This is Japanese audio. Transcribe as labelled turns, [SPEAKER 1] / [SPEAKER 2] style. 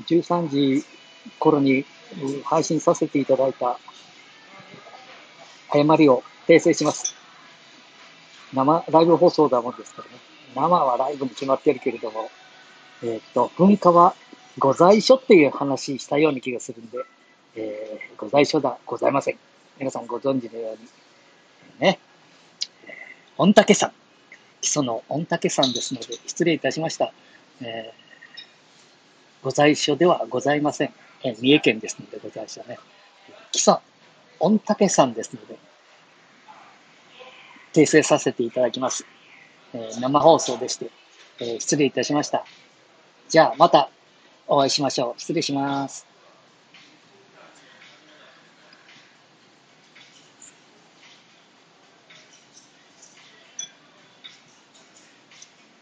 [SPEAKER 1] 13時頃に配信させていただいた誤りを訂正します。ライブ放送だもんですからね。生はライブに決まってるけれども、文化はご在所っていう話したような気がするんで、ご在所だ、ございません。皆さんご存知のように、ね、御嶽山、基礎の御嶽山ですので、失礼いたしました。ご在所ではございません。三重県ですので、ご在所ね。基礎、御嶽山ですので、訂正させていただきます。生放送でして、失礼いたしました。じゃあ、またお会いしましょう。失礼します。